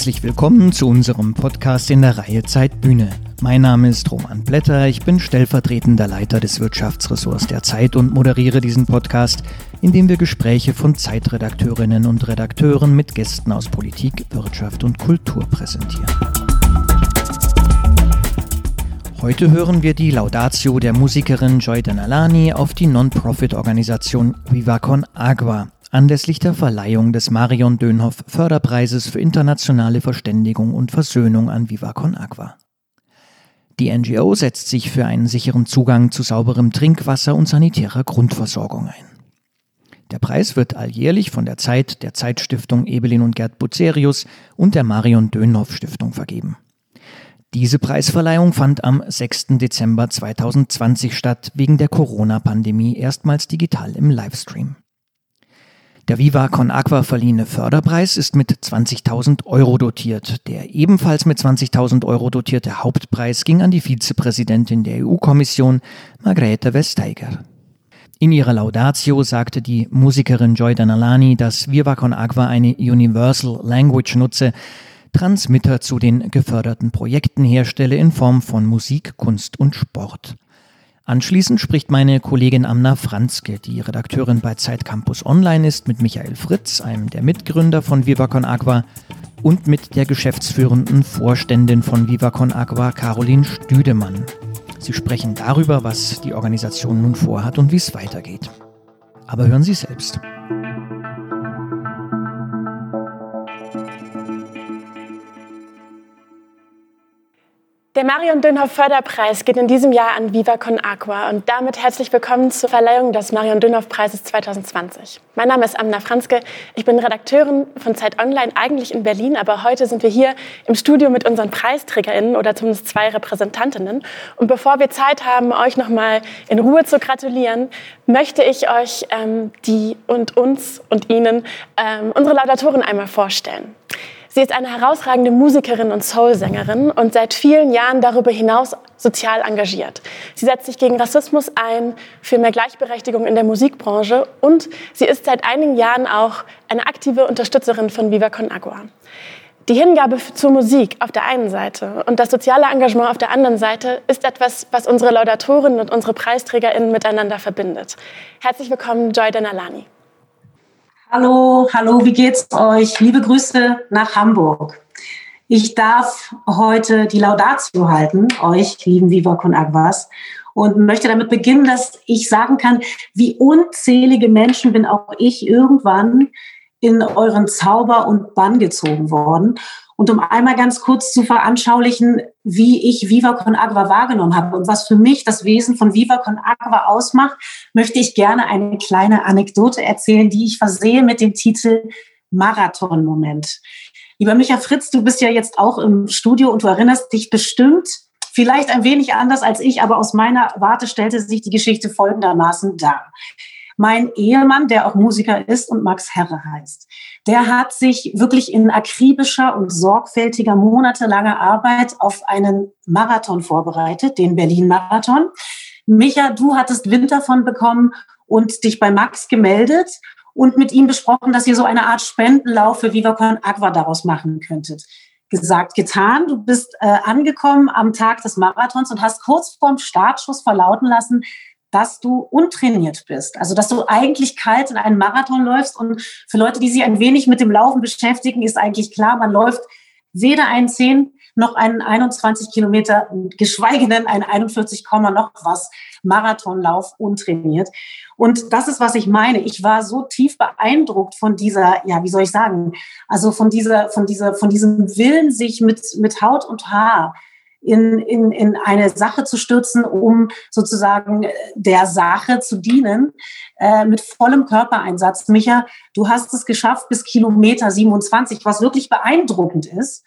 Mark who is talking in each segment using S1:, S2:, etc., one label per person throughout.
S1: Herzlich willkommen zu unserem Podcast in der Reihe Zeitbühne. Mein Name ist Roman Blätter, ich bin stellvertretender Leiter des Wirtschaftsressorts der Zeit und moderiere diesen Podcast, in dem wir Gespräche von Zeitredakteurinnen und Redakteuren mit Gästen aus Politik, Wirtschaft und Kultur präsentieren. Heute hören wir die Laudatio der Musikerin Joy Denalani auf die Non-Profit-Organisation Viva con Agua anlässlich der Verleihung des Marion Dönhoff Förderpreises für internationale Verständigung und Versöhnung an Viva con Agua. Die NGO setzt sich für einen sicheren Zugang zu sauberem Trinkwasser und sanitärer Grundversorgung ein. Der Preis wird alljährlich von der Zeitstiftung Evelyn und Gerd Bucerius und der Marion Dönhoff Stiftung vergeben. Diese Preisverleihung fand am 6. Dezember 2020 statt, wegen der Corona-Pandemie erstmals digital im Livestream. Der Viva con Agua verliehene Förderpreis ist mit 20.000 Euro dotiert. Der ebenfalls mit 20.000 Euro dotierte Hauptpreis ging an die Vizepräsidentin der EU-Kommission, Margrethe Vestager. In ihrer Laudatio sagte die Musikerin Joy Denalani, dass Viva con Agua eine Universal Language nutze, Transmitter zu den geförderten Projekten herstelle in Form von Musik, Kunst und Sport. Anschließend spricht meine Kollegin Amna Franzke, die Redakteurin bei Zeit Campus Online ist, mit Michael Fritz, einem der Mitgründer von Viva con Agua, und mit der geschäftsführenden Vorständin von Viva con Agua, Caroline Stüdemann. Sie sprechen darüber, was die Organisation nun vorhat und wie es weitergeht. Aber hören Sie selbst.
S2: Der Marion Dönhoff Förderpreis geht in diesem Jahr an Viva con Agua und damit herzlich willkommen zur Verleihung des Marion Dönhoff Preises 2020. Mein Name ist Amna Franzke, ich bin Redakteurin von Zeit Online, eigentlich in Berlin, aber heute sind wir hier im Studio mit unseren PreisträgerInnen oder zumindest 2 Repräsentantinnen. Und bevor wir Zeit haben, euch nochmal in Ruhe zu gratulieren, möchte ich euch die und uns und Ihnen unsere Laudatorin einmal vorstellen. Sie ist eine herausragende Musikerin und Soul-Sängerin und seit vielen Jahren darüber hinaus sozial engagiert. Sie setzt sich gegen Rassismus ein, für mehr Gleichberechtigung in der Musikbranche und sie ist seit einigen Jahren auch eine aktive Unterstützerin von Viva con Agua. Die Hingabe zur Musik auf der einen Seite und das soziale Engagement auf der anderen Seite ist etwas, was unsere Laudatorinnen und unsere PreisträgerInnen miteinander verbindet. Herzlich willkommen, Joy Denalani.
S3: Hallo, wie geht's euch? Liebe Grüße nach Hamburg. Ich darf heute die Laudatio halten, euch lieben Viva con Aguas, und möchte damit beginnen, dass ich sagen kann, wie unzählige Menschen bin auch ich irgendwann in euren Zauber und Bann gezogen worden. Und um einmal ganz kurz zu veranschaulichen, wie ich Viva con Agua wahrgenommen habe und was für mich das Wesen von Viva con Agua ausmacht, möchte ich gerne eine kleine Anekdote erzählen, die ich versehe mit dem Titel Marathon-Moment. Lieber Micha Fritz, du bist ja jetzt auch im Studio und du erinnerst dich bestimmt, vielleicht ein wenig anders als ich, aber aus meiner Warte stellte sich die Geschichte folgendermaßen dar. Mein Ehemann, der auch Musiker ist und Max Herre heißt, der hat sich wirklich in akribischer und sorgfältiger monatelanger Arbeit auf einen Marathon vorbereitet, den Berlin-Marathon. Micha, du hattest Wind davon bekommen und dich bei Max gemeldet und mit ihm besprochen, dass ihr so eine Art Spendenlauf für Viva con Agua daraus machen könntet. Gesagt, getan. Du bist angekommen am Tag des Marathons und hast kurz vorm Startschuss verlauten lassen, dass du untrainiert bist. Also, dass du eigentlich kalt in einen Marathon läufst. Und für Leute, die sich ein wenig mit dem Laufen beschäftigen, ist eigentlich klar, man läuft weder einen 10 noch einen 21 Kilometer, geschweige denn einen 41, noch was Marathonlauf untrainiert. Und das ist, was ich meine. Ich war so tief beeindruckt von dieser, ja, wie soll ich sagen, also von diesem Willen, sich mit Haut und Haar in eine Sache zu stürzen, um sozusagen der Sache zu dienen, mit vollem Körpereinsatz. Micha, du hast es geschafft bis Kilometer 27, was wirklich beeindruckend ist.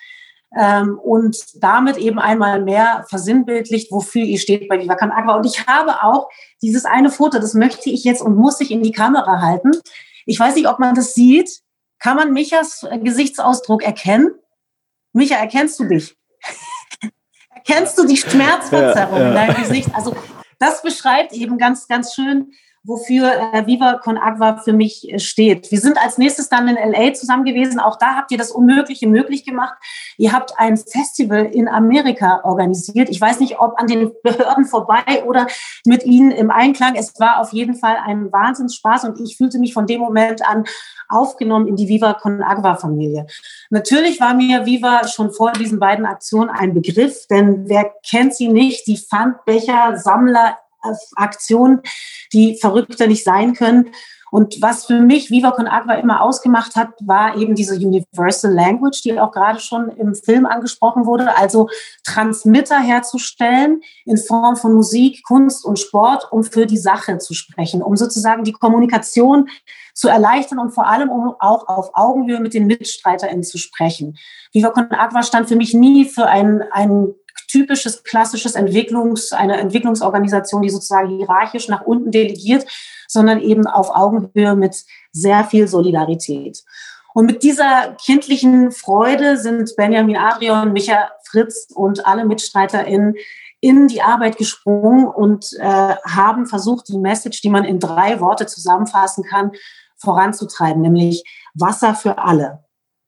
S3: Und damit eben einmal mehr versinnbildlicht, wofür ihr steht bei Viva con Agua. Und ich habe auch dieses eine Foto, das möchte ich jetzt und muss ich in die Kamera halten. Ich weiß nicht, ob man das sieht. Kann man Michas Gesichtsausdruck erkennen? Micha, erkennst du dich? Erkennst du die Schmerzverzerrung in deinem Gesicht? Also das beschreibt eben ganz, ganz schön, wofür Viva Con Agua für mich steht. Wir sind als nächstes dann in LA zusammen gewesen. Auch da habt ihr das Unmögliche möglich gemacht. Ihr habt ein Festival in Amerika organisiert. Ich weiß nicht, ob an den Behörden vorbei oder mit ihnen im Einklang. Es war auf jeden Fall ein Wahnsinnsspaß und ich fühlte mich von dem Moment an aufgenommen in die Viva Con Agua Familie. Natürlich war mir Viva schon vor diesen beiden Aktionen ein Begriff, denn wer kennt sie nicht? Die Pfandbecher, Sammler, Aktionen, die verrückter nicht sein können. Und was für mich Viva Con Agua immer ausgemacht hat, war eben diese Universal Language, die auch gerade schon im Film angesprochen wurde, also Transmitter herzustellen in Form von Musik, Kunst und Sport, um für die Sache zu sprechen, um sozusagen die Kommunikation zu erleichtern und vor allem, um auch auf Augenhöhe mit den MitstreiterInnen zu sprechen. Viva Con Agua stand für mich nie für ein typisches, klassisches eine Entwicklungsorganisation, die sozusagen hierarchisch nach unten delegiert, sondern eben auf Augenhöhe mit sehr viel Solidarität. Und mit dieser kindlichen Freude sind Benjamin Adrian, Micha Fritz und alle MitstreiterInnen in die Arbeit gesprungen und haben versucht, die Message, die man in 3 Worte zusammenfassen kann, voranzutreiben, nämlich Wasser für alle.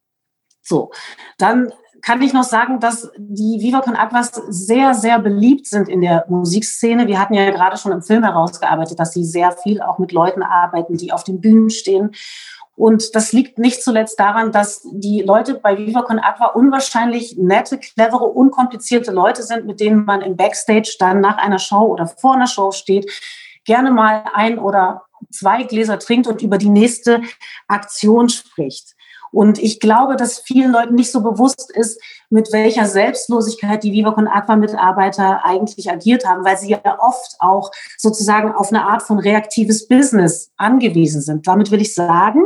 S3: So, dann kann ich noch sagen, dass die Viva Con Aguas sehr, sehr beliebt sind in der Musikszene. Wir hatten ja gerade schon im Film herausgearbeitet, dass sie sehr viel auch mit Leuten arbeiten, die auf den Bühnen stehen. Und das liegt nicht zuletzt daran, dass die Leute bei Viva Con Agua unwahrscheinlich nette, clevere, unkomplizierte Leute sind, mit denen man im Backstage dann nach einer Show oder vor einer Show steht, gerne mal 1 oder 2 Gläser trinkt und über die nächste Aktion spricht. Und ich glaube, dass vielen Leuten nicht so bewusst ist, mit welcher Selbstlosigkeit die Viva Con Agua Mitarbeiter eigentlich agiert haben, weil sie ja oft auch sozusagen auf eine Art von reaktives Business angewiesen sind. Damit will ich sagen,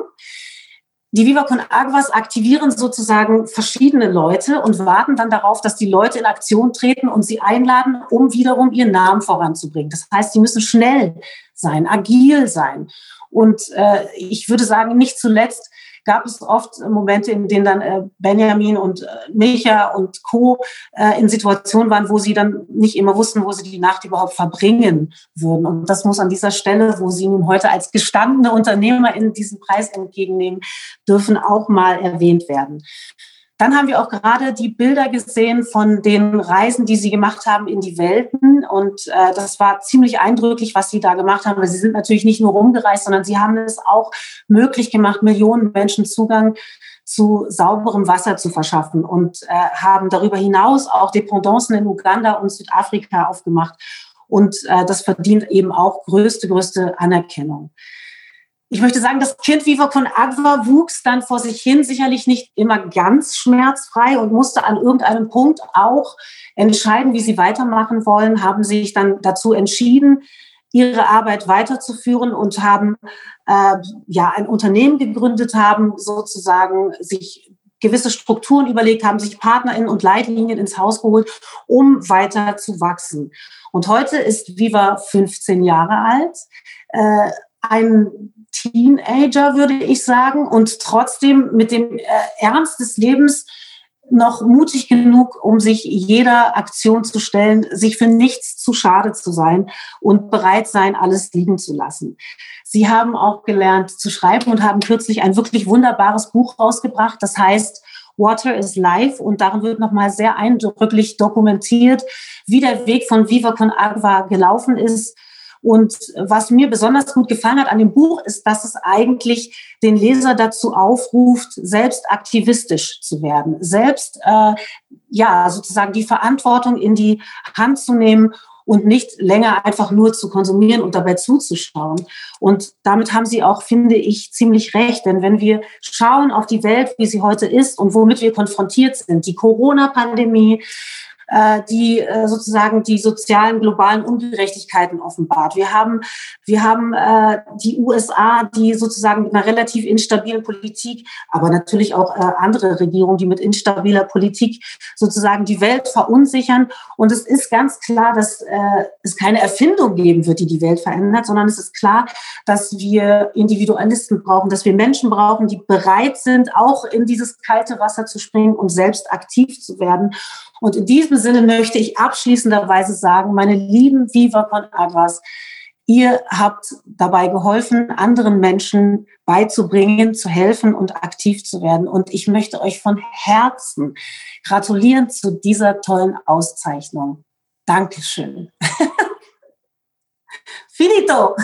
S3: die Viva Con Aguas aktivieren sozusagen verschiedene Leute und warten dann darauf, dass die Leute in Aktion treten und sie einladen, um wiederum ihren Namen voranzubringen. Das heißt, sie müssen schnell sein, agil sein. Und ich würde sagen, nicht zuletzt gab es oft Momente, in denen dann Benjamin und Micha und Co. In Situationen waren, wo sie dann nicht immer wussten, wo sie die Nacht überhaupt verbringen würden. Und das muss an dieser Stelle, wo sie nun heute als gestandene UnternehmerInnen diesen Preis entgegennehmen dürfen, auch mal erwähnt werden. Dann haben wir auch gerade die Bilder gesehen von den Reisen, die sie gemacht haben in die Welten. Und das war ziemlich eindrücklich, was sie da gemacht haben. Weil sie sind natürlich nicht nur rumgereist, sondern sie haben es auch möglich gemacht, Millionen Menschen Zugang zu sauberem Wasser zu verschaffen und haben darüber hinaus auch Dependancen in Uganda und Südafrika aufgemacht. Und das verdient eben auch größte Anerkennung. Ich möchte sagen, das Kind Viva Con Agua wuchs dann vor sich hin, sicherlich nicht immer ganz schmerzfrei und musste an irgendeinem Punkt auch entscheiden, wie sie weitermachen wollen, haben sich dann dazu entschieden, ihre Arbeit weiterzuführen und haben ein Unternehmen gegründet, haben sozusagen sich gewisse Strukturen überlegt, haben sich PartnerInnen und Leitlinien ins Haus geholt, um weiter zu wachsen. Und heute ist Viva 15 Jahre alt, ein Teenager, würde ich sagen, und trotzdem mit dem Ernst des Lebens noch mutig genug, um sich jeder Aktion zu stellen, sich für nichts zu schade zu sein und bereit sein, alles liegen zu lassen. Sie haben auch gelernt zu schreiben und haben kürzlich ein wirklich wunderbares Buch rausgebracht, das heißt Water is Life, und darin wird nochmal sehr eindrücklich dokumentiert, wie der Weg von Viva Con Agua gelaufen ist. Und was mir besonders gut gefallen hat an dem Buch, ist, dass es eigentlich den Leser dazu aufruft, selbst aktivistisch zu werden, selbst sozusagen die Verantwortung in die Hand zu nehmen und nicht länger einfach nur zu konsumieren und dabei zuzuschauen. Und damit haben Sie auch, finde ich, ziemlich recht. Denn wenn wir schauen auf die Welt, wie sie heute ist und womit wir konfrontiert sind, die Corona-Pandemie, die sozusagen die sozialen globalen Ungerechtigkeiten offenbart. Wir haben die USA, die sozusagen mit einer relativ instabilen Politik, aber natürlich auch andere Regierungen, die mit instabiler Politik sozusagen die Welt verunsichern. Und es ist ganz klar, dass es keine Erfindung geben wird, die die Welt verändert, sondern es ist klar, dass wir Individualisten brauchen, dass wir Menschen brauchen, die bereit sind, auch in dieses kalte Wasser zu springen und selbst aktiv zu werden. Und in diesem Sinne möchte ich abschließenderweise sagen, meine lieben Viva Con Aguas, Ihr habt dabei geholfen, anderen Menschen beizubringen, zu helfen und aktiv zu werden. Und ich möchte euch von Herzen gratulieren zu dieser tollen Auszeichnung. Dankeschön. Finito.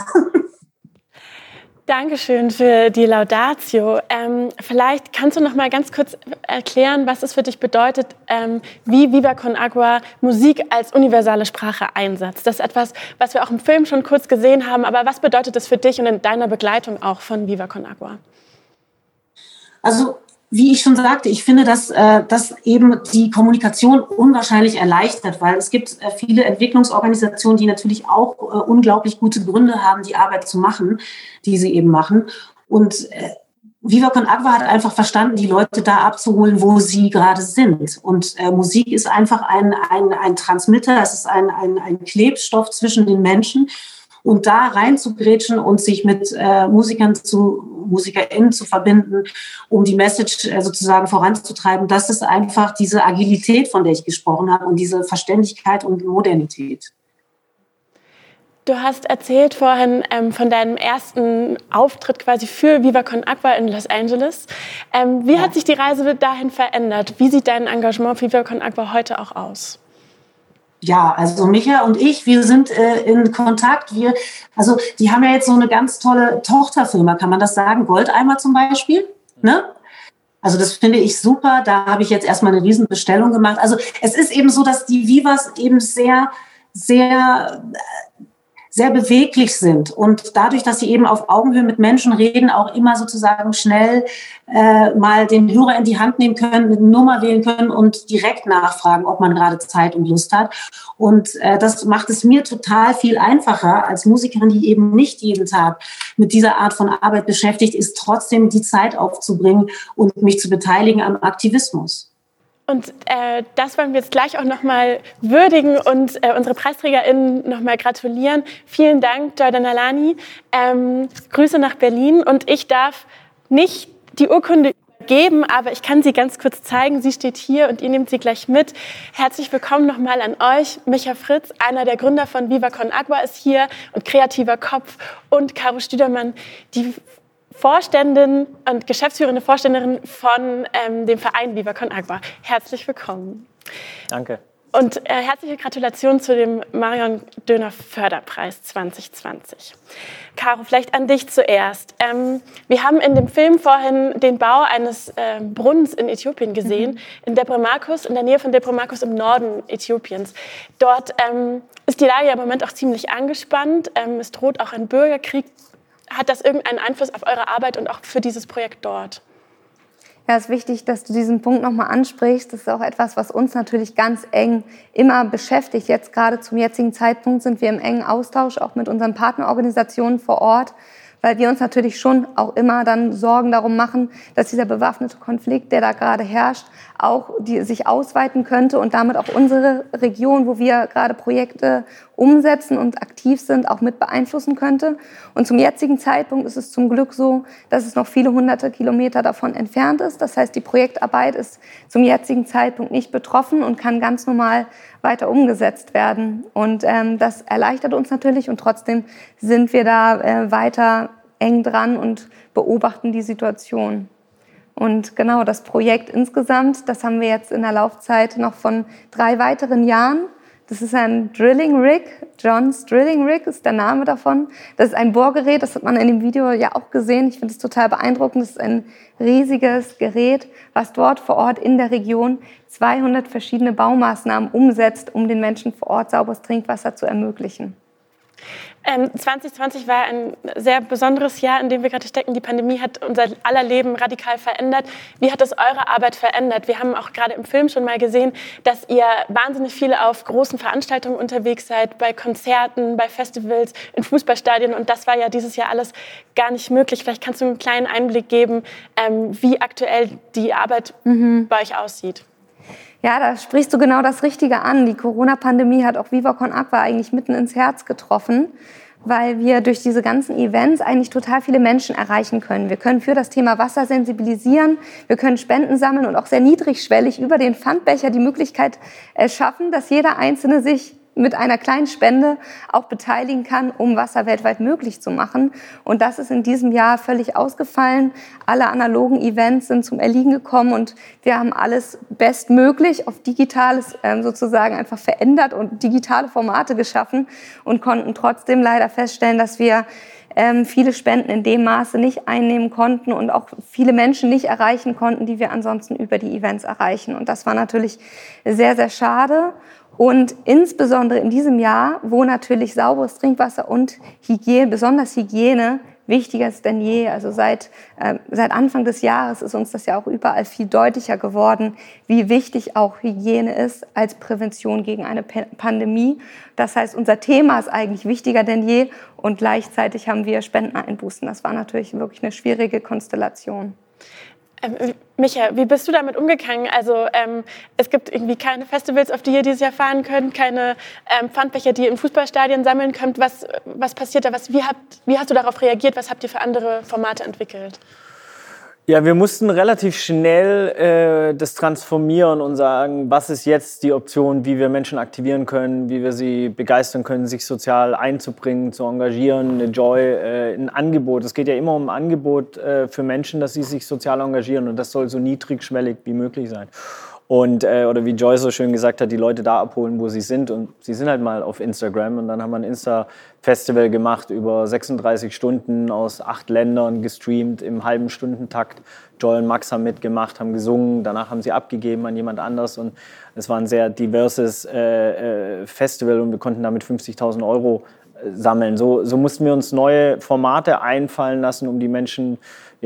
S2: Dankeschön für die Laudatio. Vielleicht kannst du noch mal ganz kurz erklären, was es für dich bedeutet, wie Viva Con Agua Musik als universale Sprache einsetzt. Das ist etwas, was wir auch im Film schon kurz gesehen haben, aber was bedeutet das für dich und in deiner Begleitung auch von Viva Con Agua?
S3: Also, wie ich schon sagte, ich finde, dass eben die Kommunikation unwahrscheinlich erleichtert, weil es gibt viele Entwicklungsorganisationen, die natürlich auch unglaublich gute Gründe haben, die Arbeit zu machen, die sie eben machen. Und Viva Con Agua hat einfach verstanden, die Leute da abzuholen, wo sie gerade sind. Und Musik ist einfach ein Transmitter, es ist ein Klebstoff zwischen den Menschen. Und da reinzugrätschen und sich mit MusikerInnen zu verbinden, um die Message sozusagen voranzutreiben, das ist einfach diese Agilität, von der ich gesprochen habe, und diese Verständigkeit und Modernität.
S2: Du hast erzählt vorhin von deinem ersten Auftritt quasi für Viva Con Agua in Los Angeles. Wie hat sich die Reise dahin verändert? Wie sieht dein Engagement für Viva Con Agua heute auch aus?
S3: Ja, also Micha und ich, wir sind in Kontakt. Die haben ja jetzt so eine ganz tolle Tochterfirma, kann man das sagen? Goldeimer zum Beispiel, ne? Also das finde ich super. Da habe ich jetzt erstmal eine Riesenbestellung gemacht. Also es ist eben so, dass die Vivas eben sehr, sehr sehr beweglich sind und dadurch, dass sie eben auf Augenhöhe mit Menschen reden, auch immer sozusagen schnell mal den Hörer in die Hand nehmen können, eine Nummer wählen können und direkt nachfragen, ob man gerade Zeit und Lust hat. Und das macht es mir total viel einfacher als Musikerin, die eben nicht jeden Tag mit dieser Art von Arbeit beschäftigt ist, trotzdem die Zeit aufzubringen und mich zu beteiligen am Aktivismus.
S2: Und das wollen wir jetzt gleich auch nochmal würdigen und unsere PreisträgerInnen nochmal gratulieren. Vielen Dank, Joy Denalani. Grüße nach Berlin. Und ich darf nicht die Urkunde geben, aber ich kann sie ganz kurz zeigen. Sie steht hier und ihr nehmt sie gleich mit. Herzlich willkommen nochmal an euch. Micha Fritz, einer der Gründer von Viva Con Agua, ist hier und kreativer Kopf. Und Caro Stüdermann, die Vorständin und geschäftsführende Vorständerin von dem Verein Viva Con Agua. Herzlich willkommen.
S4: Danke.
S2: Und herzliche Gratulation zu dem Marion Dönhoff Förderpreis 2020. Caro, vielleicht an dich zuerst. Wir haben in dem Film vorhin den Bau eines Brunnens in Äthiopien gesehen, in Debre Markus, in der Nähe von Debre Markus im Norden Äthiopiens. Dort ist die Lage ja im Moment auch ziemlich angespannt. Es droht auch ein Bürgerkrieg. Hat das irgendeinen Einfluss auf eure Arbeit und auch für dieses Projekt dort?
S5: Ja, es ist wichtig, dass du diesen Punkt nochmal ansprichst. Das ist auch etwas, was uns natürlich ganz eng immer beschäftigt. Jetzt gerade zum jetzigen Zeitpunkt sind wir im engen Austausch auch mit unseren Partnerorganisationen vor Ort, weil wir uns natürlich schon auch immer dann Sorgen darum machen, dass dieser bewaffnete Konflikt, der da gerade herrscht, auch sich ausweiten könnte und damit auch unsere Region, wo wir gerade Projekte umsetzen und aktiv sind, auch mit beeinflussen könnte. Und zum jetzigen Zeitpunkt ist es zum Glück so, dass es noch viele hunderte Kilometer davon entfernt ist. Das heißt, die Projektarbeit ist zum jetzigen Zeitpunkt nicht betroffen und kann ganz normal weiter umgesetzt werden. Und das erleichtert uns natürlich und trotzdem sind wir da weiter eng dran und beobachten die Situation. Und genau, das Projekt insgesamt, das haben wir jetzt in der Laufzeit noch von 3 weiteren Jahren. Das ist ein Drilling Rig, John's Drilling Rig ist der Name davon. Das ist ein Bohrgerät, das hat man in dem Video ja auch gesehen. Ich finde es total beeindruckend. Das ist ein riesiges Gerät, was dort vor Ort in der Region 200 verschiedene Baumaßnahmen umsetzt, um den Menschen vor Ort sauberes Trinkwasser zu ermöglichen.
S2: 2020 war ein sehr besonderes Jahr, in dem wir gerade stecken. Die Pandemie hat unser aller Leben radikal verändert. Wie hat das eure Arbeit verändert? Wir haben auch gerade im Film schon mal gesehen, dass ihr wahnsinnig viel auf großen Veranstaltungen unterwegs seid, bei Konzerten, bei Festivals, in Fußballstadien. Und das war ja dieses Jahr alles gar nicht möglich. Vielleicht kannst du einen kleinen Einblick geben, wie aktuell die Arbeit bei euch aussieht.
S5: Ja, da sprichst du genau das Richtige an. Die Corona-Pandemie hat auch Viva Con Agua eigentlich mitten ins Herz getroffen, weil wir durch diese ganzen Events eigentlich total viele Menschen erreichen können. Wir können für das Thema Wasser sensibilisieren, wir können Spenden sammeln und auch sehr niedrigschwellig über den Pfandbecher die Möglichkeit schaffen, dass jeder Einzelne sich mit einer kleinen Spende auch beteiligen kann, um Wasser weltweit möglich zu machen. Und das ist in diesem Jahr völlig ausgefallen. Alle analogen Events sind zum Erliegen gekommen und wir haben alles bestmöglich auf Digitales sozusagen einfach verändert und digitale Formate geschaffen und konnten trotzdem leider feststellen, dass wir viele Spenden in dem Maße nicht einnehmen konnten und auch viele Menschen nicht erreichen konnten, die wir ansonsten über die Events erreichen. Und das war natürlich sehr, sehr schade. Und insbesondere in diesem Jahr, wo natürlich sauberes Trinkwasser und Hygiene, besonders Hygiene, wichtiger ist denn je. Also seit Anfang des Jahres ist uns das ja auch überall viel deutlicher geworden, wie wichtig auch Hygiene ist als Prävention gegen eine Pandemie. Das heißt, unser Thema ist eigentlich wichtiger denn je und gleichzeitig haben wir Spendeneinbußen. Das war natürlich wirklich eine schwierige Konstellation.
S2: Micha, wie bist du damit umgegangen? Also es gibt irgendwie keine Festivals, auf die ihr dieses Jahr fahren könnt, keine Pfandbecher, die ihr in Fußballstadien sammeln könnt. Was passiert da? Wie hast du darauf reagiert? Was habt ihr für andere Formate entwickelt?
S4: Ja, wir mussten relativ schnell das transformieren und sagen, was ist jetzt die Option, wie wir Menschen aktivieren können, wie wir sie begeistern können, sich sozial einzubringen, zu engagieren, eine Joy, ein Angebot. Es geht ja immer um ein Angebot für Menschen, dass sie sich sozial engagieren und das soll so niedrigschwellig wie möglich sein. Und, oder wie Joy so schön gesagt hat, die Leute da abholen, wo sie sind. Und sie sind halt mal auf Instagram. Und dann haben wir ein Insta-Festival gemacht über 36 Stunden aus 8 Ländern gestreamt im halben Stundentakt. Joy und Max haben mitgemacht, haben gesungen. Danach haben sie abgegeben an jemand anders. Und es war ein sehr diverses Festival und wir konnten damit 50.000 € sammeln. So mussten wir uns neue Formate einfallen lassen, um die Menschen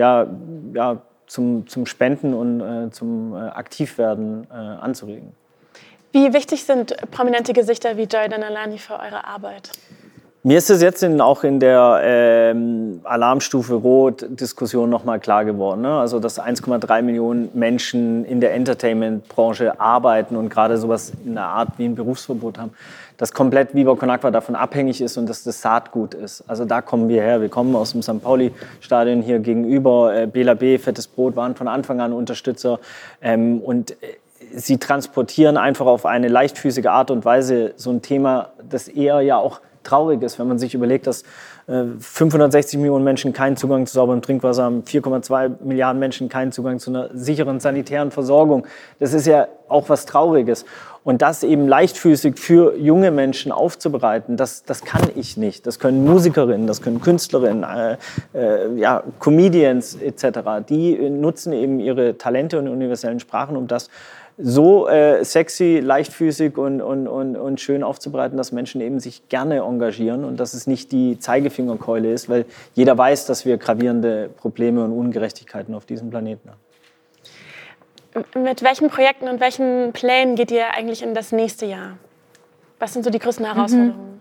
S4: zum Spenden und zum Aktivwerden anzuregen.
S2: Wie wichtig sind prominente Gesichter wie Joy Denalani für eure Arbeit?
S4: Mir ist es jetzt auch in der Alarmstufe Rot-Diskussion nochmal klar geworden. Ne? Also, dass 1,3 Millionen Menschen in der Entertainment-Branche arbeiten und gerade sowas in der Art wie ein Berufsverbot haben, dass komplett Viva Con Agua davon abhängig ist und dass das Saatgut ist. Also da kommen wir her. Wir kommen aus dem St. Pauli-Stadion hier gegenüber. Bela B., Fettes Brot waren von Anfang an Unterstützer. Und sie transportieren einfach auf eine leichtfüßige Art und Weise so ein Thema, das eher ja auch traurig ist, wenn man sich überlegt, dass 560 Millionen Menschen keinen Zugang zu sauberem Trinkwasser haben, 4,2 Milliarden Menschen keinen Zugang zu einer sicheren sanitären Versorgung. Das ist ja auch was Trauriges. Und das eben leichtfüßig für junge Menschen aufzubereiten, das kann ich nicht. Das können Musikerinnen, das können Künstlerinnen, Comedians etc. Die nutzen eben ihre Talente und universellen Sprachen, um das so sexy, leichtfüßig und schön aufzubereiten, dass Menschen eben sich gerne engagieren und dass es nicht die Zeigefingerkeule ist, weil jeder weiß, dass wir gravierende Probleme und Ungerechtigkeiten auf diesem Planeten haben.
S2: Mit welchen Projekten und welchen Plänen geht ihr eigentlich in das nächste Jahr? Was sind so die größten Herausforderungen?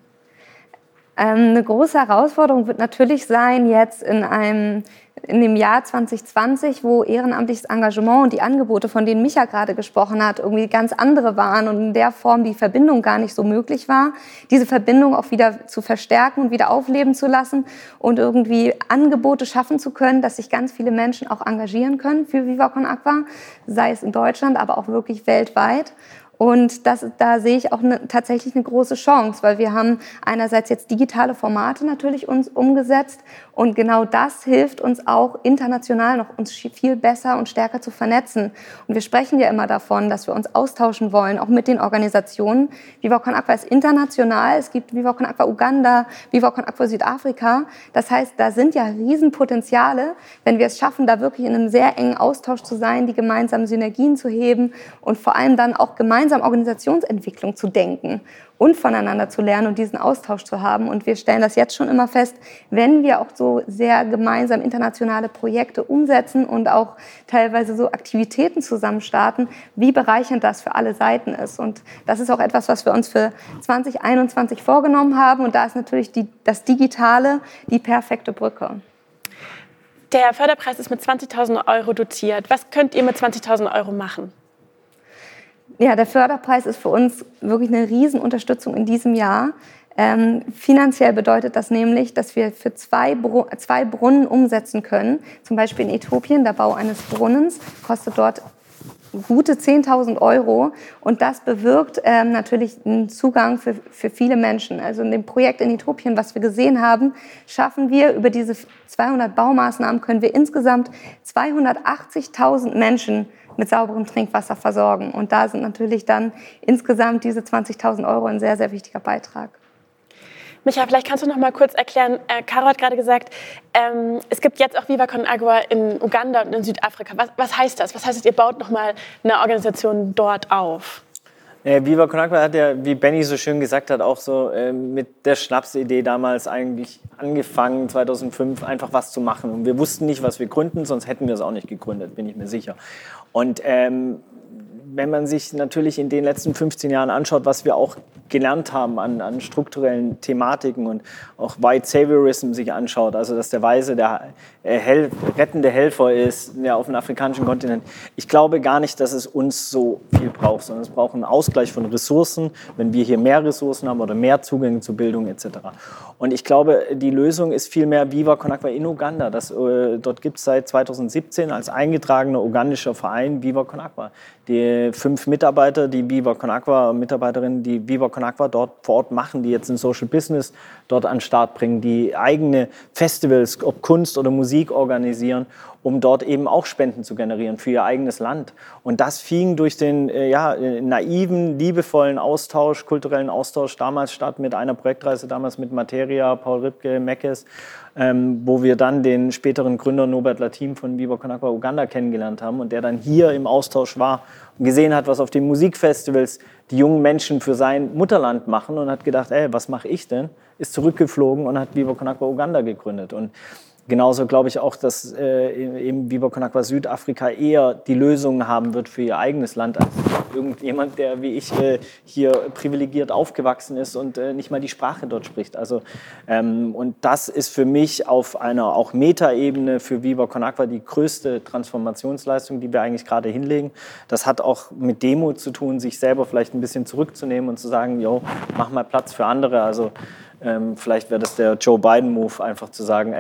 S5: Eine große Herausforderung wird natürlich sein, jetzt in dem Jahr 2020, wo ehrenamtliches Engagement und die Angebote, von denen Micha gerade gesprochen hat, irgendwie ganz andere waren und in der Form die Verbindung gar nicht so möglich war, diese Verbindung auch wieder zu verstärken und wieder aufleben zu lassen und irgendwie Angebote schaffen zu können, dass sich ganz viele Menschen auch engagieren können für Viva Con Agua, sei es in Deutschland, aber auch wirklich weltweit. Und da sehe ich auch tatsächlich eine große Chance, weil wir haben einerseits jetzt digitale Formate natürlich uns umgesetzt und genau das hilft uns auch international noch uns viel besser und stärker zu vernetzen. Und wir sprechen ja immer davon, dass wir uns austauschen wollen, auch mit den Organisationen. Viva Con Agua ist international, es gibt Viva Con Agua Uganda, Viva Con Agua Südafrika. Das heißt, da sind ja Riesenpotenziale, wenn wir es schaffen, da wirklich in einem sehr engen Austausch zu sein, die gemeinsamen Synergien zu heben und vor allem dann auch gemeinsam Organisationsentwicklung zu denken und voneinander zu lernen und diesen Austausch zu haben. Und wir stellen das jetzt schon immer fest, wenn wir auch so sehr gemeinsam internationale Projekte umsetzen und auch teilweise so Aktivitäten zusammen starten, wie bereichernd das für alle Seiten ist. Und das ist auch etwas, was wir uns für 2021 vorgenommen haben. Und da ist natürlich das Digitale die perfekte Brücke.
S2: Der Förderpreis ist mit 20.000 € dotiert. Was könnt ihr mit 20.000 € machen?
S5: Ja, der Förderpreis ist für uns wirklich eine Riesenunterstützung in diesem Jahr. Finanziell bedeutet das nämlich, dass wir für zwei Brunnen umsetzen können. Zum Beispiel in Äthiopien, der Bau eines Brunnens kostet dort gute 10.000 €. Und das bewirkt natürlich einen Zugang für viele Menschen. Also in dem Projekt in Äthiopien, was wir gesehen haben, schaffen wir über diese 200 Baumaßnahmen, können wir insgesamt 280.000 Menschen mit sauberem Trinkwasser versorgen. Und da sind natürlich dann insgesamt diese 20.000 € ein sehr, sehr wichtiger Beitrag.
S2: Micha, vielleicht kannst du noch mal kurz erklären, Caro hat gerade gesagt, es gibt jetzt auch Viva Con Agua in Uganda und in Südafrika. Was heißt das? Was heißt, ihr baut noch mal eine Organisation dort auf?
S4: Viva Con Agua hat ja, wie Benny so schön gesagt hat, auch so mit der Schnapsidee damals eigentlich angefangen, 2005, einfach was zu machen. Und wir wussten nicht, was wir gründen, sonst hätten wir es auch nicht gegründet, bin ich mir sicher. Und wenn man sich natürlich in den letzten 15 Jahren anschaut, was wir auch gelernt haben an strukturellen Thematiken und auch White Saviorism sich anschaut, also dass der Weiße der rettende Helfer ist, der auf dem afrikanischen Kontinent. Ich glaube gar nicht, dass es uns so viel braucht, sondern es braucht einen Ausgleich von Ressourcen, wenn wir hier mehr Ressourcen haben oder mehr Zugänge zur Bildung etc. Und ich glaube, die Lösung ist vielmehr Viva Con Agua in Uganda. Dort gibt es seit 2017 als eingetragener ugandischer Verein Viva Con Agua. Die 5 Mitarbeiter, die Viva Con Agua, Mitarbeiterinnen, die Viva Con Agua dort vor Ort machen, die jetzt ein Social Business dort an den Start bringen, die eigene Festivals, ob Kunst oder Musik organisieren, um dort eben auch Spenden zu generieren für ihr eigenes Land. Und das fing durch den naiven, liebevollen Austausch, kulturellen Austausch damals statt mit einer Projektreise, damals mit Materia, Paul Ripke, Meckes, wo wir dann den späteren Gründer Norbert Latim von Viva Con Agua Uganda kennengelernt haben und der dann hier im Austausch war und gesehen hat, was auf den Musikfestivals die jungen Menschen für sein Mutterland machen und hat gedacht, was mache ich denn? Ist zurückgeflogen und hat Viva Con Agua Uganda gegründet. Und genauso glaube ich auch, dass eben Viva Con Agua Südafrika eher die Lösungen haben wird für ihr eigenes Land als irgendjemand, der wie ich hier privilegiert aufgewachsen ist und nicht mal die Sprache dort spricht. Also, und das ist für mich auf einer auch Metaebene für Viva Con Agua die größte Transformationsleistung, die wir eigentlich gerade hinlegen. Das hat auch mit Demut zu tun, sich selber vielleicht ein bisschen zurückzunehmen und zu sagen, jo, mach mal Platz für andere. Also vielleicht wäre das der Joe Biden-Move, einfach zu sagen,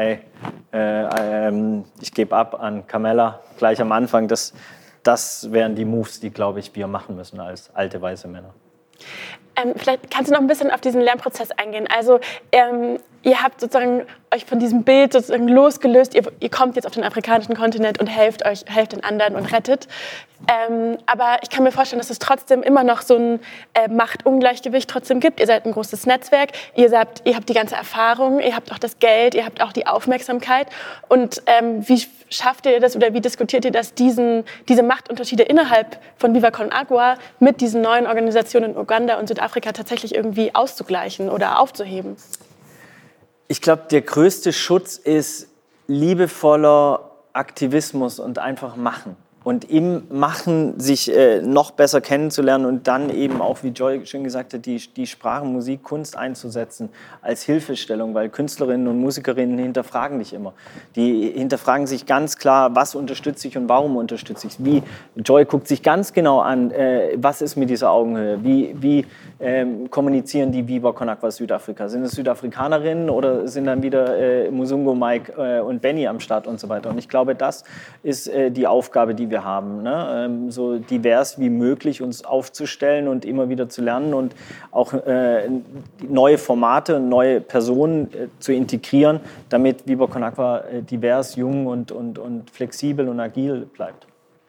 S4: ich gebe ab an Kamala gleich am Anfang. Das wären die Moves, die, glaube ich, wir machen müssen als alte weiße Männer.
S2: Vielleicht kannst du noch ein bisschen auf diesen Lernprozess eingehen. Also ihr habt sozusagen euch von diesem Bild sozusagen losgelöst. Ihr kommt jetzt auf den afrikanischen Kontinent und helft den anderen und rettet. Aber ich kann mir vorstellen, dass es trotzdem immer noch so ein Machtungleichgewicht trotzdem gibt. Ihr seid ein großes Netzwerk, ihr habt die ganze Erfahrung, ihr habt auch das Geld, ihr habt auch die Aufmerksamkeit. Und wie schafft ihr das oder wie diskutiert ihr das, diese Machtunterschiede innerhalb von Viva Con Agua mit diesen neuen Organisationen in Uganda und Südafrika tatsächlich irgendwie auszugleichen oder aufzuheben?
S4: Ich glaube, der größte Schutz ist liebevoller Aktivismus und einfach machen. Und im Machen sich noch besser kennenzulernen und dann eben auch, wie Joy schön gesagt hat, die Sprache, Musik, Kunst einzusetzen als Hilfestellung, weil Künstlerinnen und Musikerinnen hinterfragen dich immer. Die hinterfragen sich ganz klar, was unterstütze ich und warum unterstütze ich. Wie Joy guckt sich ganz genau an, was ist mit dieser Augenhöhe, wie kommunizieren die Viva Con Agua Südafrika. Sind es Südafrikanerinnen oder sind dann wieder Musungo, Mike und Benny am Start und so weiter. Und ich glaube, das ist die Aufgabe, die wir haben, ne? So divers wie möglich uns aufzustellen und immer wieder zu lernen und auch neue Formate und neue Personen zu integrieren, damit Viva Con Agua divers, jung und flexibel und agil bleibt.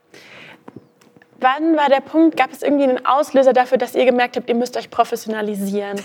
S2: Wann war der Punkt, gab es irgendwie einen Auslöser dafür, dass ihr gemerkt habt, ihr müsst euch professionalisieren?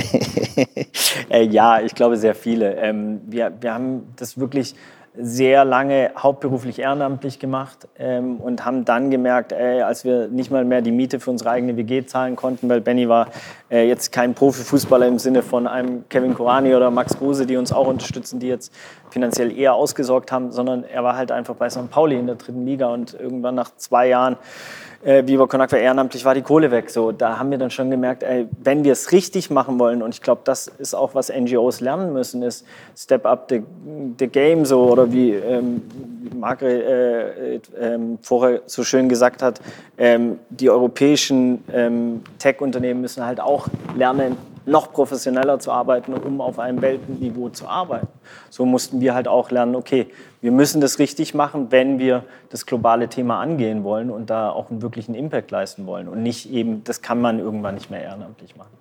S4: Ja, ich glaube sehr viele. Wir haben das wirklich sehr lange hauptberuflich ehrenamtlich gemacht und haben dann gemerkt, als wir nicht mal mehr die Miete für unsere eigene WG zahlen konnten, weil Benny war jetzt kein Profifußballer im Sinne von einem Kevin Korani oder Max Kruse, die uns auch unterstützen, die jetzt finanziell eher ausgesorgt haben, sondern er war halt einfach bei St. Pauli in der 3. Liga und irgendwann nach 2 Jahren Viva Con Agua ehrenamtlich war die Kohle weg. So, da haben wir dann schon gemerkt, wenn wir es richtig machen wollen, und ich glaube, das ist auch, was NGOs lernen müssen, ist Step up the game, so, oder wie Margret vorher so schön gesagt hat, die europäischen Tech-Unternehmen müssen halt auch lernen, noch professioneller zu arbeiten, um auf einem Weltniveau zu arbeiten. So mussten wir halt auch lernen, okay, wir müssen das richtig machen, wenn wir das globale Thema angehen wollen und da auch einen wirklichen Impact leisten wollen. Und nicht eben, das kann man irgendwann nicht mehr ehrenamtlich machen.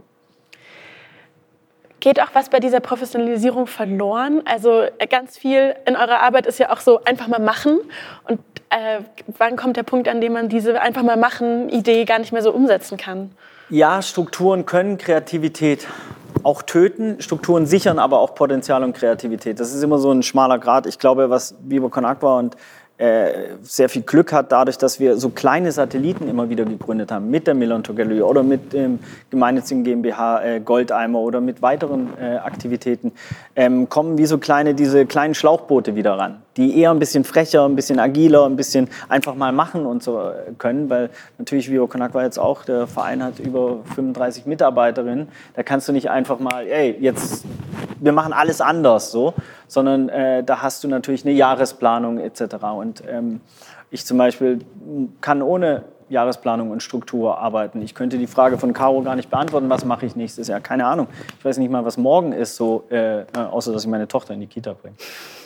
S2: Geht auch was bei dieser Professionalisierung verloren? Also ganz viel in eurer Arbeit ist ja auch so, einfach mal machen. Und wann kommt der Punkt, an dem man diese einfach mal machen Idee gar nicht mehr so umsetzen kann?
S4: Ja, Strukturen können Kreativität auch töten. Strukturen sichern aber auch Potenzial und Kreativität. Das ist immer so ein schmaler Grat. Ich glaube, was Viva Con Agua und sehr viel Glück hat, dadurch, dass wir so kleine Satelliten immer wieder gegründet haben, mit der Millantor Gallery oder mit dem gemeinnützigen GmbH Goldeimer oder mit weiteren Aktivitäten, kommen wie so diese kleinen Schlauchboote wieder ran, die eher ein bisschen frecher, ein bisschen agiler, ein bisschen einfach mal machen und so können, weil natürlich Viva Con Agua jetzt auch, der Verein hat über 35 Mitarbeiterinnen, da kannst du nicht einfach mal, jetzt, wir machen alles anders, so, sondern da hast du natürlich eine Jahresplanung etc. Und ich zum Beispiel kann ohne Jahresplanung und Struktur arbeiten. Ich könnte die Frage von Caro gar nicht beantworten, was mache ich nächstes Jahr? Keine Ahnung. Ich weiß nicht mal, was morgen ist, so, außer dass ich meine Tochter in die Kita bringe.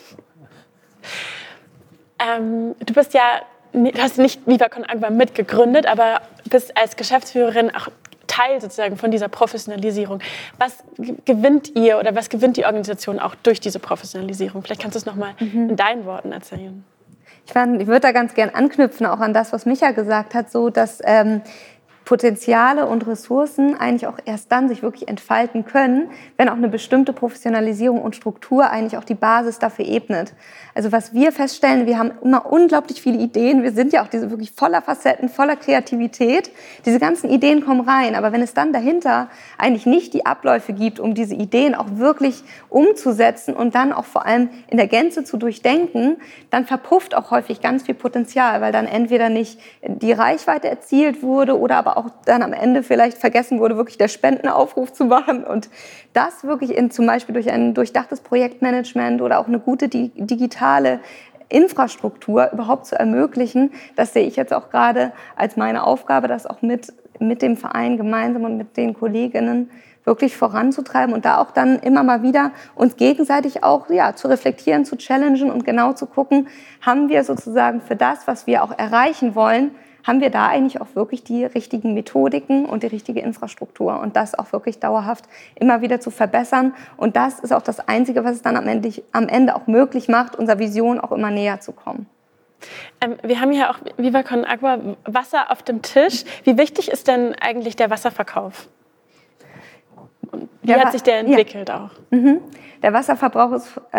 S2: Du bist ja, du hast nicht Viva Con Agua mitgegründet, aber bist als Geschäftsführerin auch Teil sozusagen von dieser Professionalisierung. Was gewinnt ihr oder was gewinnt die Organisation auch durch diese Professionalisierung? Vielleicht kannst du es nochmal in deinen Worten erzählen.
S5: Ich würde da ganz gern anknüpfen, auch an das, was Micha gesagt hat, so dass Potenziale und Ressourcen eigentlich auch erst dann sich wirklich entfalten können, wenn auch eine bestimmte Professionalisierung und Struktur eigentlich auch die Basis dafür ebnet. Also was wir feststellen, wir haben immer unglaublich viele Ideen, wir sind ja auch diese wirklich voller Facetten, voller Kreativität. Diese ganzen Ideen kommen rein, aber wenn es dann dahinter eigentlich nicht die Abläufe gibt, um diese Ideen auch wirklich umzusetzen und dann auch vor allem in der Gänze zu durchdenken, dann verpufft auch häufig ganz viel Potenzial, weil dann entweder nicht die Reichweite erzielt wurde oder aber auch dann am Ende vielleicht vergessen wurde, wirklich der Spendenaufruf zu machen und das wirklich zum Beispiel durch ein durchdachtes Projektmanagement oder auch eine gute digitale Infrastruktur überhaupt zu ermöglichen, das sehe ich jetzt auch gerade als meine Aufgabe, das auch mit dem Verein gemeinsam und mit den Kolleginnen wirklich voranzutreiben und da auch dann immer mal wieder uns gegenseitig auch zu reflektieren, zu challengen und genau zu gucken, haben wir sozusagen für das, was wir auch erreichen wollen, haben wir da eigentlich auch wirklich die richtigen Methodiken und die richtige Infrastruktur und das auch wirklich dauerhaft immer wieder zu verbessern. Und das ist auch das Einzige, was es dann am Ende auch möglich macht, unserer Vision auch immer näher zu kommen.
S2: Wir haben ja auch Viva Con Agua Wasser auf dem Tisch. Wie wichtig ist denn eigentlich der Wasserverkauf? Wie hat sich der entwickelt auch?
S5: Der Wasserverkauf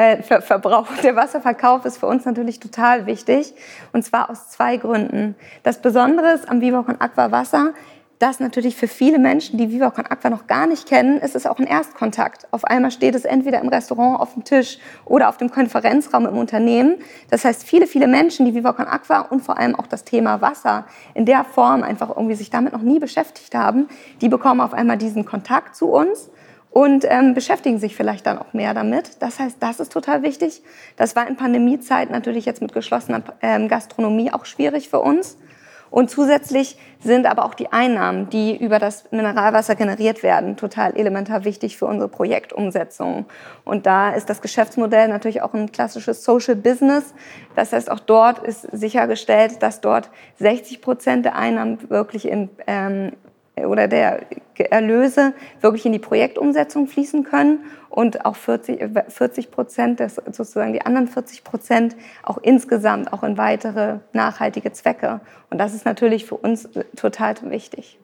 S5: ist für uns natürlich total wichtig und zwar aus 2 Gründen. Das Besondere ist am Viva Con Agua Wasser, dass natürlich für viele Menschen, die Viva Con Agua noch gar nicht kennen, ist es auch ein Erstkontakt. Auf einmal steht es entweder im Restaurant auf dem Tisch oder auf dem Konferenzraum im Unternehmen. Das heißt, viele Menschen, die Viva Con Agua und vor allem auch das Thema Wasser in der Form einfach irgendwie sich damit noch nie beschäftigt haben, die bekommen auf einmal diesen Kontakt zu uns und beschäftigen sich vielleicht dann auch mehr damit. Das heißt, das ist total wichtig. Das war in Pandemiezeit natürlich jetzt mit geschlossener Gastronomie auch schwierig für uns. Und zusätzlich sind aber auch die Einnahmen, die über das Mineralwasser generiert werden, total elementar wichtig für unsere Projektumsetzung. Und da ist das Geschäftsmodell natürlich auch ein klassisches Social Business. Das heißt, auch dort ist sichergestellt, dass dort 60% der Einnahmen wirklich oder der Erlöse wirklich in die Projektumsetzung fließen können und auch 40%, sozusagen die anderen 40% auch insgesamt auch in weitere nachhaltige Zwecke. Und das ist natürlich für uns total wichtig.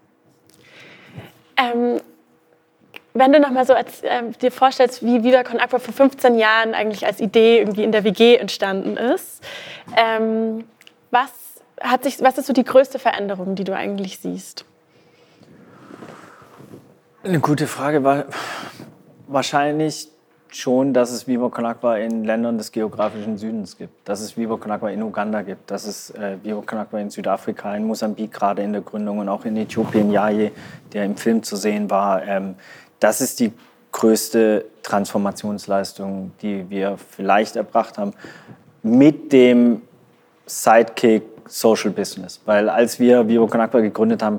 S2: Wenn du nochmal so dir vorstellst, wie Viva Con Agua vor 15 Jahren eigentlich als Idee irgendwie in der WG entstanden ist, was ist so die größte Veränderung, die du eigentlich siehst?
S4: Eine gute Frage war wahrscheinlich schon, dass es Viva Con Agua in Ländern des geografischen Südens gibt, dass es Viva Con Agua in Uganda gibt, dass es Viva Con Agua in Südafrika, in Mosambik gerade in der Gründung und auch in Äthiopien, Yaye, der im Film zu sehen war. Das ist die größte Transformationsleistung, die wir vielleicht erbracht haben mit dem Sidekick Social Business. Weil als wir Viva Con Agua gegründet haben,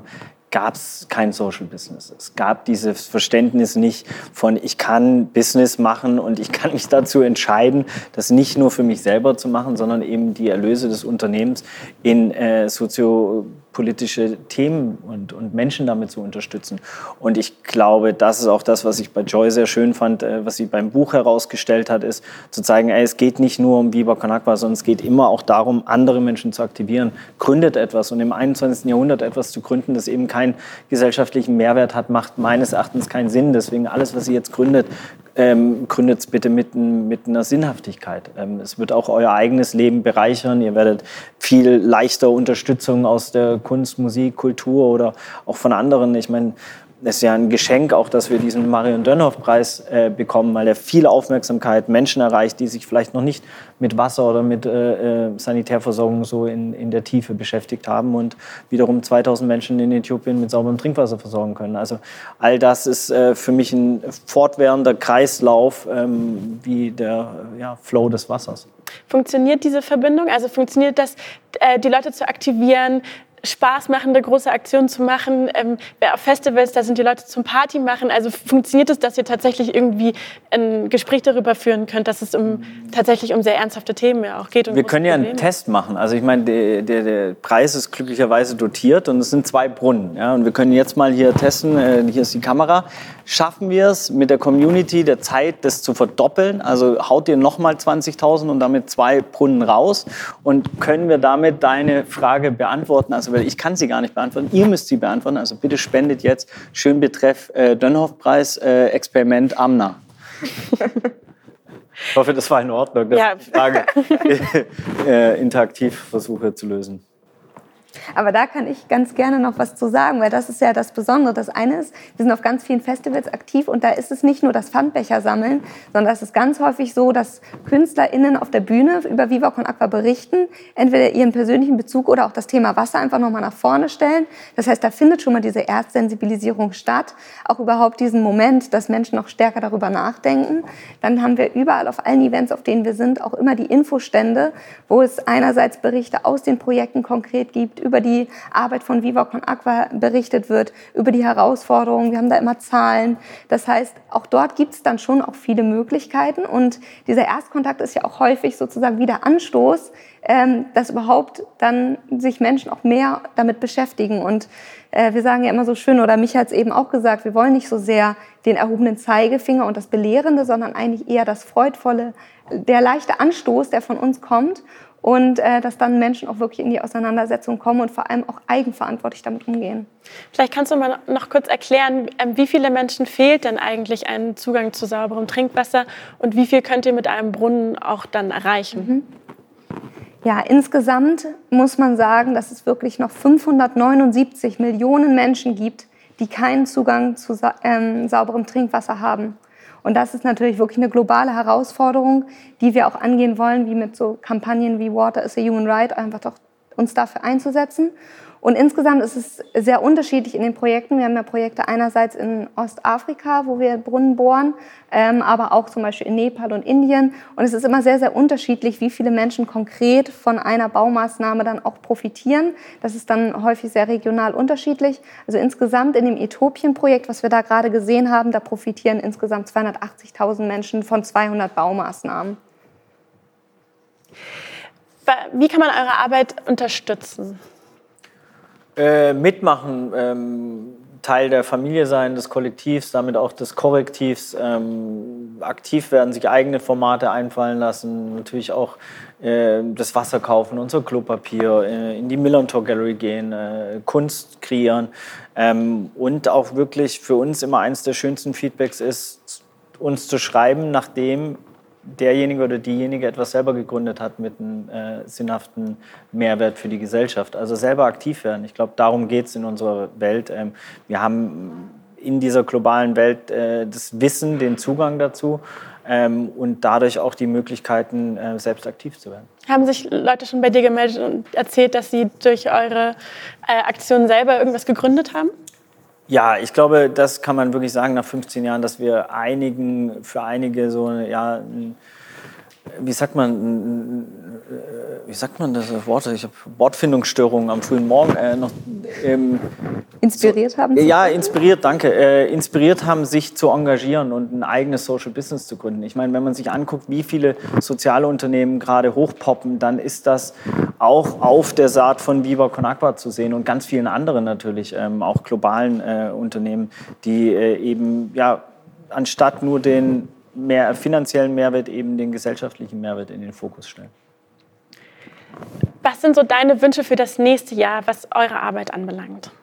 S4: gab es kein Social Business. Es gab dieses Verständnis nicht von, ich kann Business machen und ich kann mich dazu entscheiden, das nicht nur für mich selber zu machen, sondern eben die Erlöse des Unternehmens in soziopolitische Themen und Menschen damit zu unterstützen. Und ich glaube, das ist auch das, was ich bei Joy sehr schön fand, was sie beim Buch herausgestellt hat, ist zu zeigen, es geht nicht nur um Viva Con Agua, sondern es geht immer auch darum, andere Menschen zu aktivieren. Gründet etwas und im 21. Jahrhundert etwas zu gründen, das eben keinen gesellschaftlichen Mehrwert hat, macht meines Erachtens keinen Sinn. Deswegen alles, was ihr jetzt gründet, gründet es bitte mit einer Sinnhaftigkeit. Es wird auch euer eigenes Leben bereichern. Ihr werdet viel leichter Unterstützung aus der Kunst, Musik, Kultur oder auch von anderen. Ich meine, es ist ja ein Geschenk auch, dass wir diesen Marion-Dönhoff-Preis bekommen, weil er viel Aufmerksamkeit Menschen erreicht, die sich vielleicht noch nicht mit Wasser oder mit Sanitärversorgung so in der Tiefe beschäftigt haben und wiederum 2000 Menschen in Äthiopien mit sauberem Trinkwasser versorgen können. Also all das ist für mich ein fortwährender Kreislauf wie der Flow des Wassers.
S2: Funktioniert diese Verbindung? Also funktioniert das, die Leute zu aktivieren, spaßmachende große Aktionen zu machen, auf Festivals, da sind die Leute zum Party machen. Also funktioniert es, dass ihr tatsächlich irgendwie ein Gespräch darüber führen könnt, dass es tatsächlich um sehr ernsthafte Themen ja auch geht?
S4: Wir können ja einen Test machen. Also ich meine, der Preis ist glücklicherweise dotiert und es sind 2 Brunnen. Ja? Und wir können jetzt mal hier testen, hier ist die Kamera. Schaffen wir es mit der Community der Zeit, das zu verdoppeln? Also haut ihr nochmal 20.000 und damit 2 Brunnen raus? Und können wir damit deine Frage beantworten? Also weil ich kann sie gar nicht beantworten, ihr müsst sie beantworten. Also bitte spendet jetzt schön betreff Dönhoff-Preis, Experiment Amna. Ich hoffe, das war in Ordnung, dass ich die Frage interaktiv versuche zu lösen.
S5: Aber da kann ich ganz gerne noch was zu sagen, weil das ist ja das Besondere. Das eine ist, wir sind auf ganz vielen Festivals aktiv und da ist es nicht nur das Pfandbecher sammeln, sondern es ist ganz häufig so, dass KünstlerInnen auf der Bühne über Viva Con Agua berichten, entweder ihren persönlichen Bezug oder auch das Thema Wasser einfach nochmal nach vorne stellen. Das heißt, da findet schon mal diese Erstsensibilisierung statt, auch überhaupt diesen Moment, dass Menschen noch stärker darüber nachdenken. Dann haben wir überall auf allen Events, auf denen wir sind, auch immer die Infostände, wo es einerseits Berichte aus den Projekten konkret gibt, über die Arbeit von Viva Con Agua berichtet wird, über die Herausforderungen. Wir haben da immer Zahlen. Das heißt, auch dort gibt es dann schon auch viele Möglichkeiten. Und dieser Erstkontakt ist ja auch häufig sozusagen wieder Anstoß, dass überhaupt dann sich Menschen auch mehr damit beschäftigen. Und wir sagen ja immer so schön, oder mich hat es eben auch gesagt, wir wollen nicht so sehr den erhobenen Zeigefinger und das Belehrende, sondern eigentlich eher das Freudvolle, der leichte Anstoß, der von uns kommt. Und dass dann Menschen auch wirklich in die Auseinandersetzung kommen und vor allem auch eigenverantwortlich damit umgehen.
S2: Vielleicht kannst du mal noch kurz erklären, wie viele Menschen fehlt denn eigentlich ein Zugang zu sauberem Trinkwasser und wie viel könnt ihr mit einem Brunnen auch dann erreichen?
S5: Ja, insgesamt muss man sagen, dass es wirklich noch 579 Millionen Menschen gibt, die keinen Zugang zu sauberem Trinkwasser haben. Und das ist natürlich wirklich eine globale Herausforderung, die wir auch angehen wollen, wie mit so Kampagnen wie Water is a Human Right, einfach doch uns dafür einzusetzen. Und insgesamt ist es sehr unterschiedlich in den Projekten. Wir haben ja Projekte einerseits in Ostafrika, wo wir Brunnen bohren, aber auch zum Beispiel in Nepal und Indien. Und es ist immer sehr, sehr unterschiedlich, wie viele Menschen konkret von einer Baumaßnahme dann auch profitieren. Das ist dann häufig sehr regional unterschiedlich. Also insgesamt in dem Äthiopien-Projekt, was wir da gerade gesehen haben, da profitieren insgesamt 280.000 Menschen von 200 Baumaßnahmen.
S2: Wie kann man eure Arbeit unterstützen?
S4: Mitmachen, Teil der Familie sein, des Kollektivs, damit auch des Korrektivs, aktiv werden, sich eigene Formate einfallen lassen, natürlich auch das Wasser kaufen, unser Klopapier, in die Millantor Gallery gehen, Kunst kreieren und auch wirklich für uns immer eines der schönsten Feedbacks ist, uns zu schreiben, nachdem derjenige oder diejenige etwas selber gegründet hat mit einem sinnhaften Mehrwert für die Gesellschaft. Also selber aktiv werden. Ich glaube, darum geht es in unserer Welt. Wir haben in dieser globalen Welt das Wissen, den Zugang dazu und dadurch auch die Möglichkeiten, selbst aktiv zu werden.
S2: Haben sich Leute schon bei dir gemeldet und erzählt, dass sie durch eure Aktion selber irgendwas gegründet haben?
S4: Ja, ich glaube, das kann man wirklich sagen nach 15 Jahren, dass wir für einige so wie sagt man das Wort? Ich habe Wortfindungsstörungen am frühen Morgen noch.
S5: Inspiriert haben?
S4: Ja, inspiriert, danke. Inspiriert haben, sich zu engagieren und ein eigenes Social Business zu gründen. Ich meine, wenn man sich anguckt, wie viele soziale Unternehmen gerade hochpoppen, dann ist das auch auf der Saat von Viva Con Agua zu sehen und ganz vielen anderen natürlich, auch globalen Unternehmen, die eben ja anstatt nur den finanziellen Mehrwert eben den gesellschaftlichen Mehrwert in den Fokus stellen.
S2: Was sind so deine Wünsche für das nächste Jahr, was eure Arbeit anbelangt?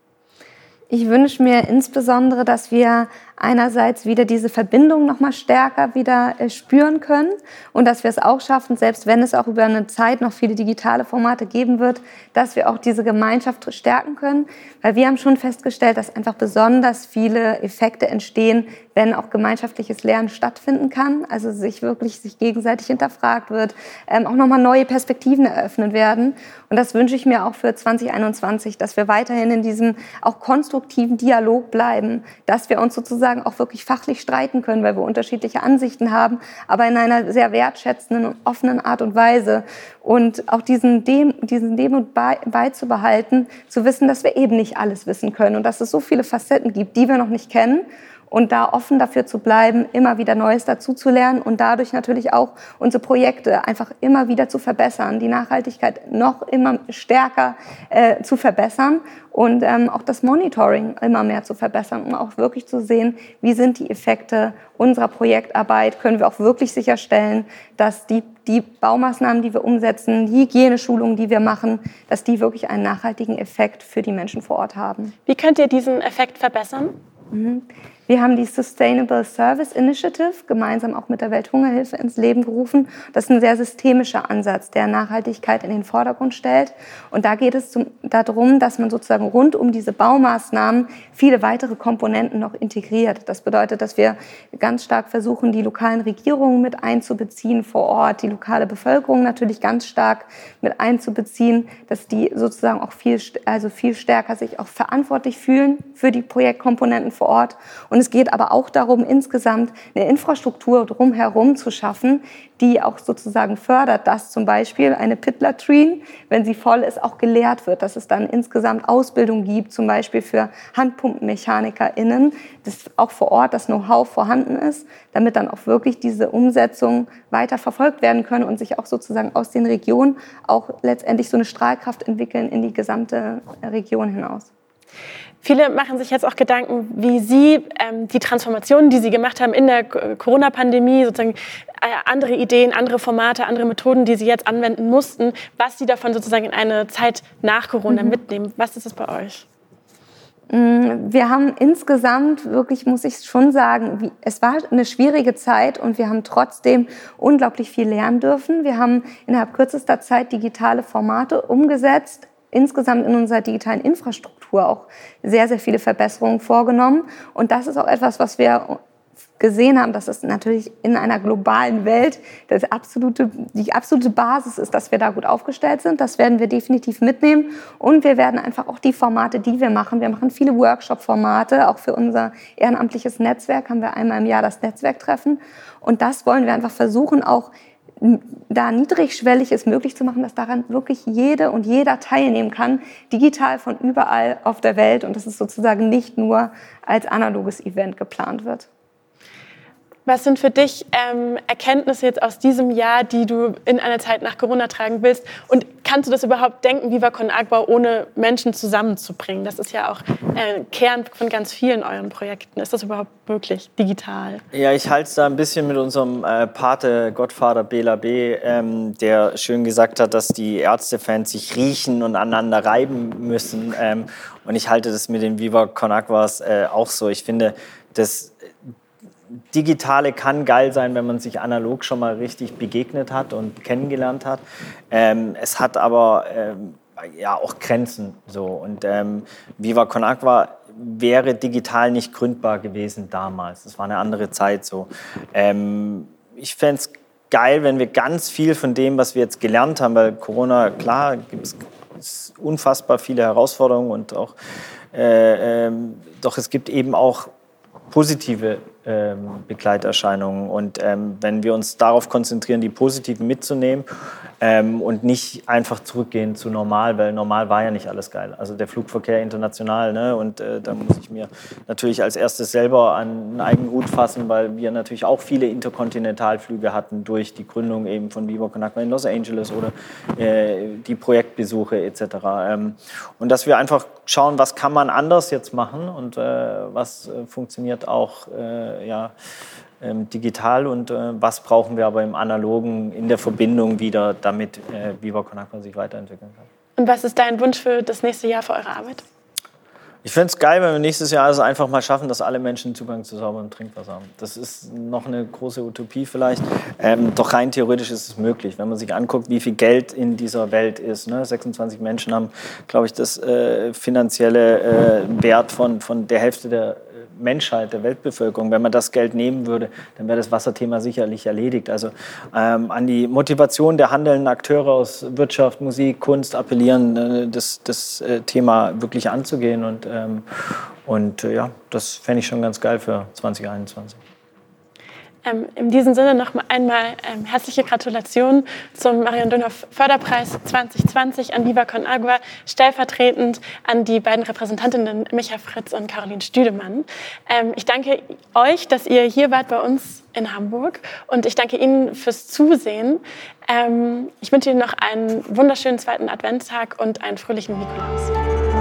S5: Ich wünsche mir insbesondere, dass wir einerseits wieder diese Verbindung noch mal stärker wieder spüren können und dass wir es auch schaffen, selbst wenn es auch über eine Zeit noch viele digitale Formate geben wird, dass wir auch diese Gemeinschaft stärken können. Weil wir haben schon festgestellt, dass einfach besonders viele Effekte entstehen, wenn auch gemeinschaftliches Lernen stattfinden kann. Also sich gegenseitig hinterfragt wird, auch nochmal neue Perspektiven eröffnet werden. Und das wünsche ich mir auch für 2021, dass wir weiterhin in diesem auch konstruktiven Dialog bleiben, dass wir uns sozusagen auch wirklich fachlich streiten können, weil wir unterschiedliche Ansichten haben, aber in einer sehr wertschätzenden und offenen Art und Weise. Und auch diesen Demut beizubehalten, zu wissen, dass wir eben nicht alles wissen können und dass es so viele Facetten gibt, die wir noch nicht kennen. Und da offen dafür zu bleiben, immer wieder Neues dazuzulernen und dadurch natürlich auch unsere Projekte einfach immer wieder zu verbessern, die Nachhaltigkeit noch immer stärker zu verbessern und auch das Monitoring immer mehr zu verbessern, um auch wirklich zu sehen, wie sind die Effekte unserer Projektarbeit, können wir auch wirklich sicherstellen, dass die Baumaßnahmen, die wir umsetzen, die Hygieneschulungen, die wir machen, dass die wirklich einen nachhaltigen Effekt für die Menschen vor Ort haben.
S2: Wie könnt ihr diesen Effekt verbessern?
S5: Wir haben die Sustainable Service Initiative gemeinsam auch mit der Welthungerhilfe ins Leben gerufen. Das ist ein sehr systemischer Ansatz, der Nachhaltigkeit in den Vordergrund stellt. Und da geht es darum, dass man sozusagen rund um diese Baumaßnahmen viele weitere Komponenten noch integriert. Das bedeutet, dass wir ganz stark versuchen, die lokalen Regierungen mit einzubeziehen vor Ort, die lokale Bevölkerung natürlich ganz stark mit einzubeziehen, dass die sozusagen auch viel stärker sich auch verantwortlich fühlen für die Projektkomponenten vor Ort. Und es geht aber auch darum, insgesamt eine Infrastruktur drumherum zu schaffen, die auch sozusagen fördert, dass zum Beispiel eine Pit-Latrine, wenn sie voll ist, auch geleert wird, dass es dann insgesamt Ausbildung gibt, zum Beispiel für HandpumpenmechanikerInnen, dass auch vor Ort das Know-how vorhanden ist, damit dann auch wirklich diese Umsetzungen weiter verfolgt werden können und sich auch sozusagen aus den Regionen auch letztendlich so eine Strahlkraft entwickeln in die gesamte Region hinaus.
S2: Viele machen sich jetzt auch Gedanken, wie sie die Transformationen, die sie gemacht haben in der Corona-Pandemie, sozusagen andere Ideen, andere Formate, andere Methoden, die sie jetzt anwenden mussten, was sie davon sozusagen in eine Zeit nach Corona mitnehmen. Was ist das bei euch?
S5: Wir haben insgesamt wirklich, muss ich schon sagen, es war eine schwierige Zeit und wir haben trotzdem unglaublich viel lernen dürfen. Wir haben innerhalb kürzester Zeit digitale Formate umgesetzt, insgesamt in unserer digitalen Infrastruktur auch sehr, sehr viele Verbesserungen vorgenommen. Und das ist auch etwas, was wir gesehen haben, dass es natürlich in einer globalen Welt die absolute Basis ist, dass wir da gut aufgestellt sind. Das werden wir definitiv mitnehmen. Und wir werden einfach auch die Formate, die wir machen viele Workshop-Formate, auch für unser ehrenamtliches Netzwerk haben wir einmal im Jahr das Netzwerktreffen. Und das wollen wir einfach versuchen, auch da niedrigschwellig ist möglich zu machen, dass daran wirklich jede und jeder teilnehmen kann, digital von überall auf der Welt und dass es sozusagen nicht nur als analoges Event geplant wird.
S2: Was sind für dich Erkenntnisse jetzt aus diesem Jahr, die du in einer Zeit nach Corona tragen willst? Und kannst du das überhaupt denken, Viva Con Agua ohne Menschen zusammenzubringen? Das ist ja auch Kern von ganz vielen euren Projekten. Ist das überhaupt möglich, digital?
S4: Ja, ich halte es da ein bisschen mit unserem Pate, Gottvater Bela B., der schön gesagt hat, dass die Ärztefans sich riechen und aneinander reiben müssen. Und ich halte das mit den Viva Con Aguas auch so. Ich finde, das Digitale kann geil sein, wenn man sich analog schon mal richtig begegnet hat und kennengelernt hat. Es hat aber ja auch Grenzen. So. Und Viva Con Agua wäre digital nicht gründbar gewesen damals. Das war eine andere Zeit. So. Ich fände es geil, wenn wir ganz viel von dem, was wir jetzt gelernt haben, weil Corona, klar, gibt es unfassbar viele Herausforderungen und auch, doch es gibt eben auch positive Begleiterscheinungen. Und wenn wir uns darauf konzentrieren, die positiven mitzunehmen und nicht einfach zurückgehen zu normal, weil normal war ja nicht alles geil. Also der Flugverkehr international, ne? Und da muss ich mir natürlich als erstes selber an einen eigenen Hut fassen, weil wir natürlich auch viele Interkontinentalflüge hatten durch die Gründung eben von Viva Con Agua in Los Angeles oder die Projektbesuche etc. Und dass wir einfach schauen, was kann man anders jetzt machen und was funktioniert auch digital und was brauchen wir aber im Analogen in der Verbindung wieder, damit Viva Con Agua sich weiterentwickeln kann.
S2: Und was ist dein Wunsch für das nächste Jahr für eure Arbeit?
S4: Ich fände es geil, wenn wir nächstes Jahr also einfach mal schaffen, dass alle Menschen Zugang zu sauberem Trinkwasser haben. Das ist noch eine große Utopie vielleicht, doch rein theoretisch ist es möglich. Wenn man sich anguckt, wie viel Geld in dieser Welt ist. Ne? 26 Menschen haben, glaube ich, das finanzielle Wert von der Hälfte der Menschheit, der Weltbevölkerung. Wenn man das Geld nehmen würde, dann wäre das Wasserthema sicherlich erledigt. Also an die Motivation der handelnden Akteure aus Wirtschaft, Musik, Kunst appellieren, das Thema wirklich anzugehen. Und das fände ich schon ganz geil für 2021.
S2: In diesem Sinne noch einmal herzliche Gratulation zum Marion Dönhoff Förderpreis 2020 an Viva Con Agua, stellvertretend an die beiden Repräsentantinnen Micha Fritz und Caroline Stüdemann. Ich danke euch, dass ihr hier wart bei uns in Hamburg und ich danke Ihnen fürs Zusehen. Ich wünsche Ihnen noch einen wunderschönen zweiten Adventstag und einen fröhlichen Nikolaus.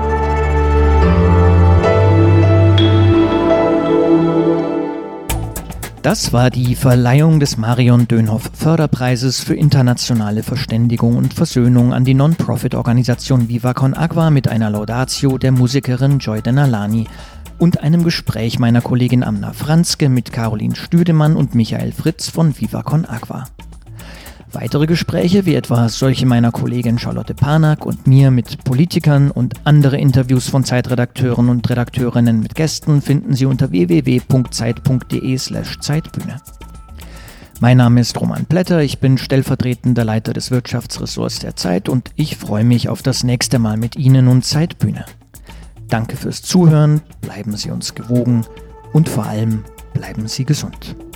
S1: Das war die Verleihung des Marion Dönhoff Förderpreises für internationale Verständigung und Versöhnung an die Non-Profit-Organisation Viva Con Agua mit einer Laudatio der Musikerin Joy Denalani und einem Gespräch meiner Kollegin Amna Franzke mit Caroline Stüdemann und Michael Fritz von Viva Con Agua. Weitere Gespräche, wie etwa solche meiner Kollegin Charlotte Panak und mir mit Politikern und andere Interviews von Zeitredakteuren und Redakteurinnen mit Gästen finden Sie unter www.zeit.de/Zeitbühne. Mein Name ist Roman Plätter, ich bin stellvertretender Leiter des Wirtschaftsressorts der Zeit und ich freue mich auf das nächste Mal mit Ihnen und Zeitbühne. Danke fürs Zuhören, bleiben Sie uns gewogen und vor allem bleiben Sie gesund.